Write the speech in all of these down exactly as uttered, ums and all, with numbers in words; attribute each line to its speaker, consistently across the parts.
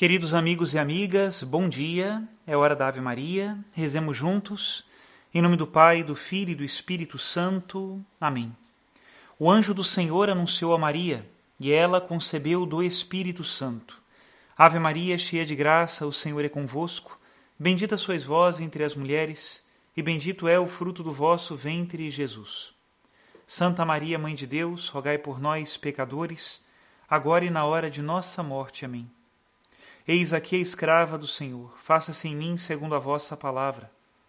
Speaker 1: Queridos amigos e amigas, bom dia, é hora da Ave Maria, rezemos juntos, em nome do Pai, do Filho e do Espírito Santo. Amém. O anjo do Senhor anunciou a Maria, e ela concebeu do Espírito Santo. Ave Maria, cheia de graça, o Senhor é convosco, bendita sois vós entre as mulheres, e bendito é o fruto do vosso ventre, Jesus. Santa Maria, Mãe de Deus, rogai por nós, pecadores, agora e na hora de nossa morte. Amém. Eis aqui a escrava do Senhor, faça-se em mim segundo a vossa palavra.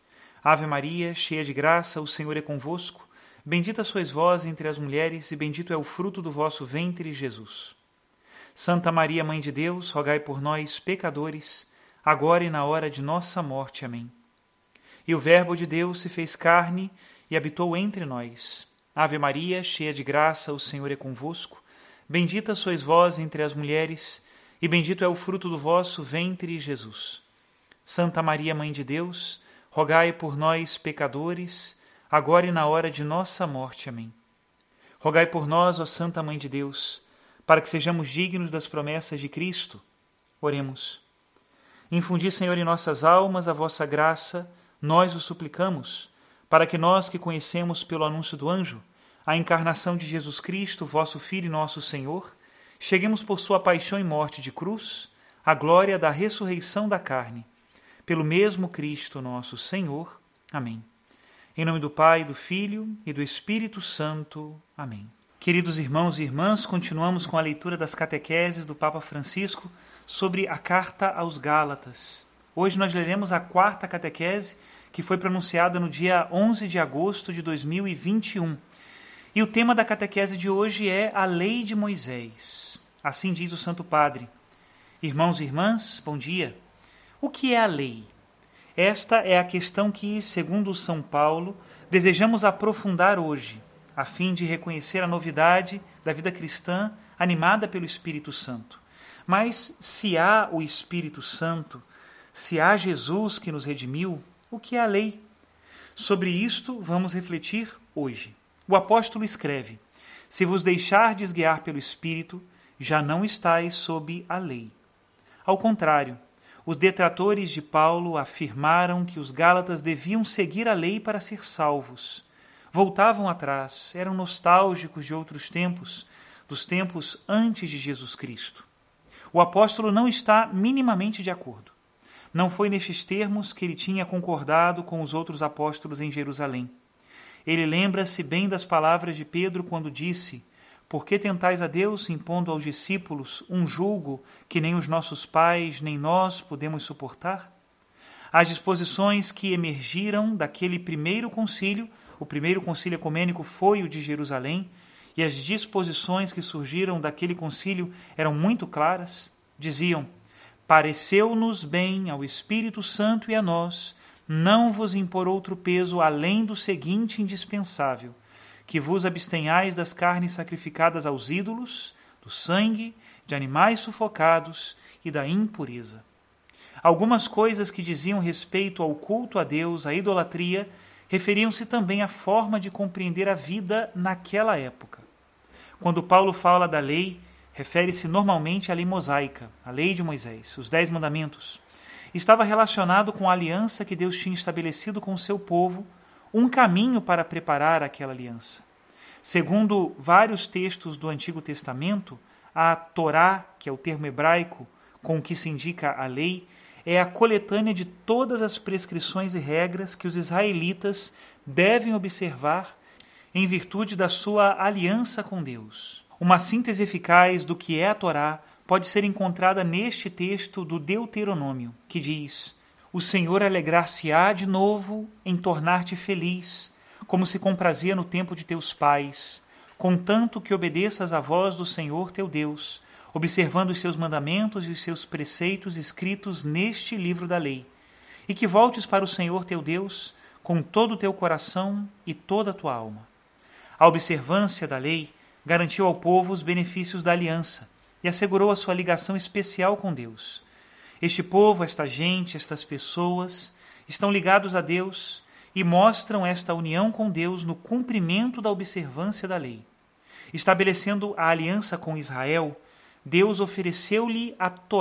Speaker 1: Ave Maria, cheia de graça, o Senhor é convosco, bendita sois vós entre as mulheres, e bendito é o fruto do vosso ventre, Jesus. Santa Maria, Mãe de Deus, rogai por nós, pecadores, agora e na hora de nossa morte. Amém. E o Verbo de Deus se fez carne e habitou entre nós. Ave Maria, cheia de graça, o Senhor é convosco, bendita sois vós entre as mulheres, e bendito é o fruto do vosso ventre, Jesus. Santa Maria, Mãe de Deus, rogai por nós, pecadores, agora e na hora de nossa morte. Amém. Rogai por nós, ó Santa Mãe de Deus, para que sejamos dignos das promessas de Cristo. Oremos. Infundi, Senhor, em nossas almas a vossa graça, nós o suplicamos, para que nós que conhecemos pelo anúncio do anjo a encarnação de Jesus Cristo, vosso Filho e nosso Senhor, cheguemos por sua paixão e morte de cruz à glória da ressurreição da carne, pelo mesmo Cristo nosso Senhor. Amém. Em nome do Pai, do Filho e do Espírito Santo. Amém. Queridos irmãos e irmãs, continuamos com a leitura das catequeses do Papa Francisco sobre a Carta aos Gálatas. Hoje nós leremos a quarta catequese, que foi pronunciada no dia onze de agosto de dois mil e vinte e um. E o tema da catequese de hoje é a Lei de Moisés. Assim diz o Santo Padre. Irmãos e irmãs, bom dia. O que é a lei? Esta é a questão que, segundo São Paulo, desejamos aprofundar hoje, a fim de reconhecer a novidade da vida cristã animada pelo Espírito Santo. Mas se há o Espírito Santo, se há Jesus que nos redimiu, o que é a lei? Sobre isto vamos refletir hoje. O apóstolo escreve: se vos deixardes guiar pelo Espírito, já não estáis sob a lei. Ao contrário, os detratores de Paulo afirmaram que os gálatas deviam seguir a lei para ser salvos. Voltavam atrás, eram nostálgicos de outros tempos, dos tempos antes de Jesus Cristo. O apóstolo não está minimamente de acordo. Não foi nestes termos que ele tinha concordado com os outros apóstolos em Jerusalém. Ele lembra-se bem das palavras de Pedro quando disse: por que tentais a Deus, impondo aos discípulos um jugo que nem os nossos pais, nem nós podemos suportar? As disposições que emergiram daquele primeiro concílio, o primeiro concílio ecumênico foi o de Jerusalém, e as disposições que surgiram daquele concílio eram muito claras. Diziam: pareceu-nos bem ao Espírito Santo e a nós não vos impor outro peso além do seguinte indispensável: que vos abstenhais das carnes sacrificadas aos ídolos, do sangue, de animais sufocados e da impureza. Algumas coisas que diziam respeito ao culto a Deus, à idolatria, referiam-se também à forma de compreender a vida naquela época. Quando Paulo fala da lei, refere-se normalmente à lei mosaica, a lei de Moisés, os Dez Mandamentos. Estava relacionado com a aliança que Deus tinha estabelecido com o seu povo, um caminho para preparar aquela aliança. Segundo vários textos do Antigo Testamento, a Torá, que é o termo hebraico com que se indica a lei, é a coletânea de todas as prescrições e regras que os israelitas devem observar em virtude da sua aliança com Deus. Uma síntese eficaz do que é a Torá pode ser encontrada neste texto do Deuteronômio, que diz: o Senhor alegrar-se-á de novo em tornar-te feliz, como se comprazia no tempo de teus pais, contanto que obedeças à voz do Senhor teu Deus, observando os seus mandamentos e os seus preceitos escritos neste livro da lei, e que voltes para o Senhor teu Deus com todo o teu coração e toda a tua alma. A observância da lei garantiu ao povo os benefícios da aliança e assegurou a sua ligação especial com Deus. Este povo, esta gente, estas pessoas estão ligados a Deus e mostram esta união com Deus no cumprimento da observância da lei. Estabelecendo a aliança com Israel, Deus ofereceu-lhe a Torá,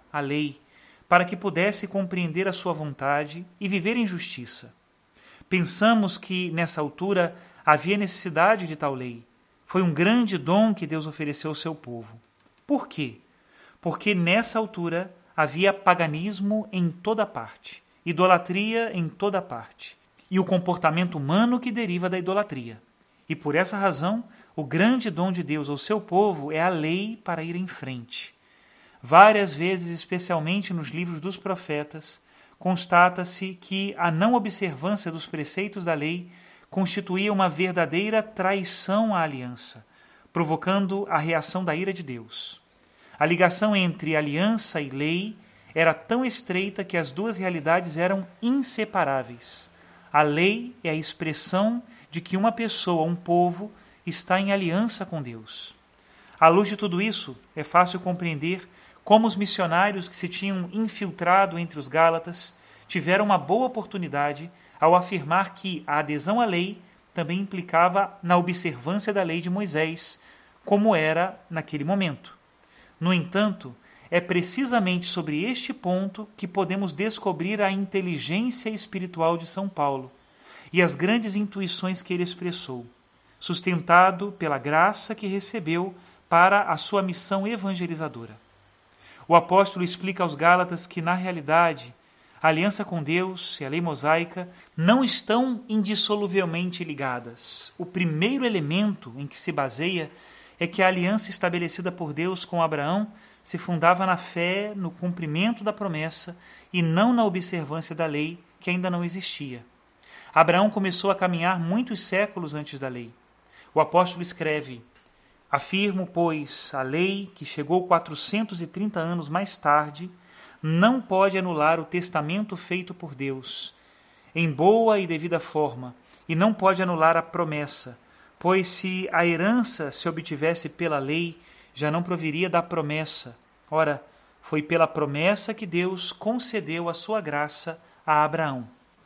Speaker 1: a lei, para que pudesse compreender a sua vontade e viver em justiça. Pensamos que, nessa altura, havia necessidade de tal lei. Foi um grande dom que Deus ofereceu ao seu povo. Por quê? Porque nessa altura havia paganismo em toda parte, idolatria em toda parte, e o comportamento humano que deriva da idolatria. E por essa razão, o grande dom de Deus ao seu povo é a lei para ir em frente. Várias vezes, especialmente nos livros dos profetas, constata-se que a não observância dos preceitos da lei constituía uma verdadeira traição à aliança, provocando a reação da ira de Deus. A ligação entre aliança e lei era tão estreita que as duas realidades eram inseparáveis. A lei é a expressão de que uma pessoa, um povo, está em aliança com Deus. À luz de tudo isso, é fácil compreender como os missionários que se tinham infiltrado entre os Gálatas tiveram uma boa oportunidade ao afirmar que a adesão à lei também implicava na observância da lei de Moisés, como era naquele momento. No entanto, é precisamente sobre este ponto que podemos descobrir a inteligência espiritual de São Paulo e as grandes intuições que ele expressou, sustentado pela graça que recebeu para a sua missão evangelizadora. O apóstolo explica aos Gálatas que, na realidade, a aliança com Deus e a lei mosaica não estão indissoluvelmente ligadas. O primeiro elemento em que se baseia é que a aliança estabelecida por Deus com Abraão se fundava na fé, no cumprimento da promessa e não na observância da lei, que ainda não existia. Abraão começou a caminhar muitos séculos antes da lei. O apóstolo escreve: afirmo, pois, a lei, que chegou quatrocentos e trinta anos mais tarde, não pode anular o testamento feito por Deus, em boa e devida forma, e não pode anular a promessa, pois se a herança se obtivesse pela lei, já não proviria da promessa. Ora, foi pela promessa que Deus concedeu a sua graça a Abraão.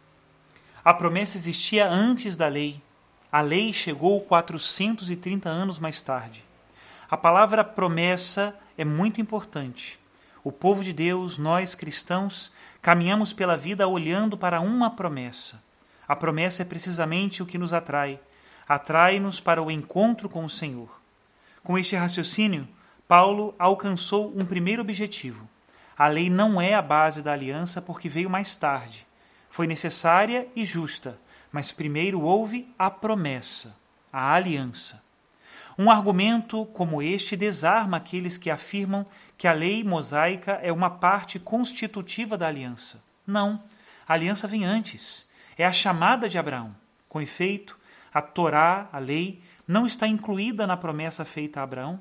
Speaker 1: A promessa existia antes da lei. A lei chegou quatrocentos e trinta anos mais tarde. A palavra promessa é muito importante. O povo de Deus, nós cristãos, caminhamos pela vida olhando para uma promessa. A promessa é precisamente o que nos atrai. Atrai-nos para o encontro com o Senhor. Com este raciocínio, Paulo alcançou um primeiro objetivo. A lei não é a base da aliança porque veio mais tarde. Foi necessária e justa, mas primeiro houve a promessa, a aliança. Um argumento como este desarma aqueles que afirmam que a lei mosaica é uma parte constitutiva da aliança. Não, a aliança vem antes. É a chamada de Abraão. Com efeito, a Torá, a lei, não está incluída na promessa feita a Abraão.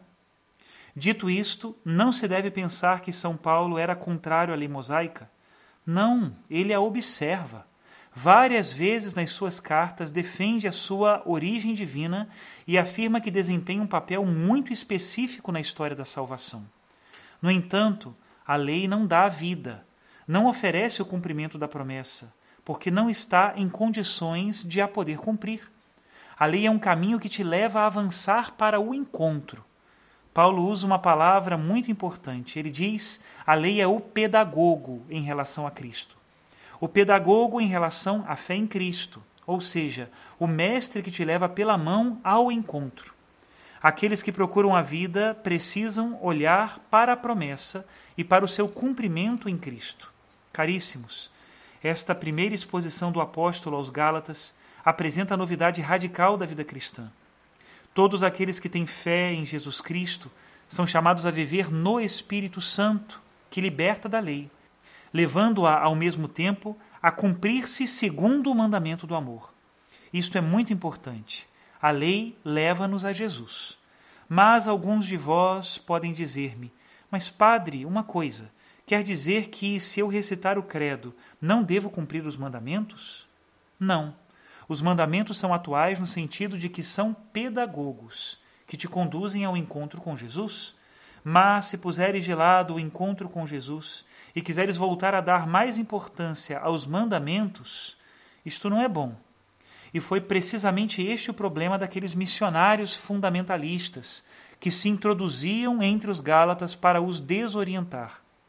Speaker 1: Dito isto, não se deve pensar que São Paulo era contrário à lei mosaica. Não, ele a observa. Várias vezes nas suas cartas defende a sua origem divina e afirma que desempenha um papel muito específico na história da salvação. No entanto, a lei não dá a vida, não oferece o cumprimento da promessa, porque não está em condições de a poder cumprir. A lei é um caminho que te leva a avançar para o encontro. Paulo usa uma palavra muito importante. Ele diz: a lei é o pedagogo em relação a Cristo. O pedagogo em relação à fé em Cristo, ou seja, o mestre que te leva pela mão ao encontro. Aqueles que procuram a vida precisam olhar para a promessa e para o seu cumprimento em Cristo. Caríssimos, esta primeira exposição do apóstolo aos Gálatas apresenta a novidade radical da vida cristã. Todos aqueles que têm fé em Jesus Cristo são chamados a viver no Espírito Santo, que liberta da lei, levando-a, ao mesmo tempo, a cumprir-se segundo o mandamento do amor. Isto é muito importante. A lei leva-nos a Jesus. Mas alguns de vós podem dizer-me: mas, padre, uma coisa, quer dizer que, se eu recitar o credo, não devo cumprir os mandamentos? Não. Os mandamentos são atuais no sentido de que são pedagogos, que te conduzem ao encontro com Jesus. Mas, se puseres de lado o encontro com Jesus e quiseres voltar a dar mais importância aos mandamentos, isto não é bom. E foi precisamente este o problema daqueles missionários fundamentalistas que se introduziam entre os Gálatas para os desorientar.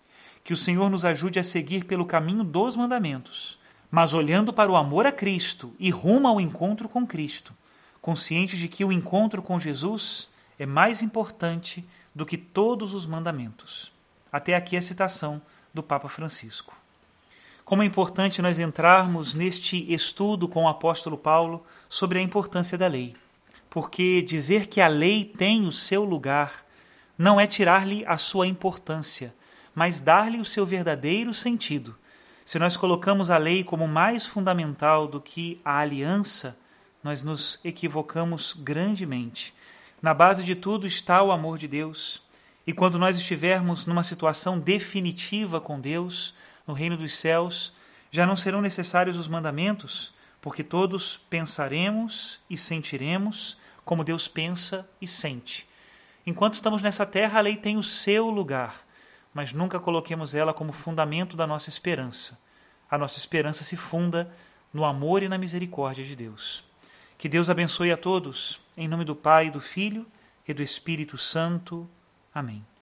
Speaker 1: que o Senhor nos ajude a seguir pelo caminho dos mandamentos, mas olhando para o amor a Cristo e rumo ao encontro com Cristo, consciente de que o encontro com Jesus é mais importante do que todos os mandamentos. Até aqui a citação do Papa Francisco. Como é importante nós entrarmos neste estudo com o apóstolo Paulo sobre a importância da lei, porque dizer que a lei tem o seu lugar não é tirar-lhe a sua importância, mas dar-lhe o seu verdadeiro sentido. Se nós colocamos a lei como mais fundamental do que a aliança, nós nos equivocamos grandemente. Na base de tudo está o amor de Deus, e quando nós estivermos numa situação definitiva com Deus, no reino dos céus, já não serão necessários os mandamentos, porque todos pensaremos e sentiremos como Deus pensa e sente. Enquanto estamos nessa terra, a lei tem o seu lugar, mas nunca coloquemos ela como fundamento da nossa esperança. A nossa esperança se funda no amor e na misericórdia de Deus. Que Deus abençoe a todos, em nome do Pai, do Filho e do Espírito Santo. Amém.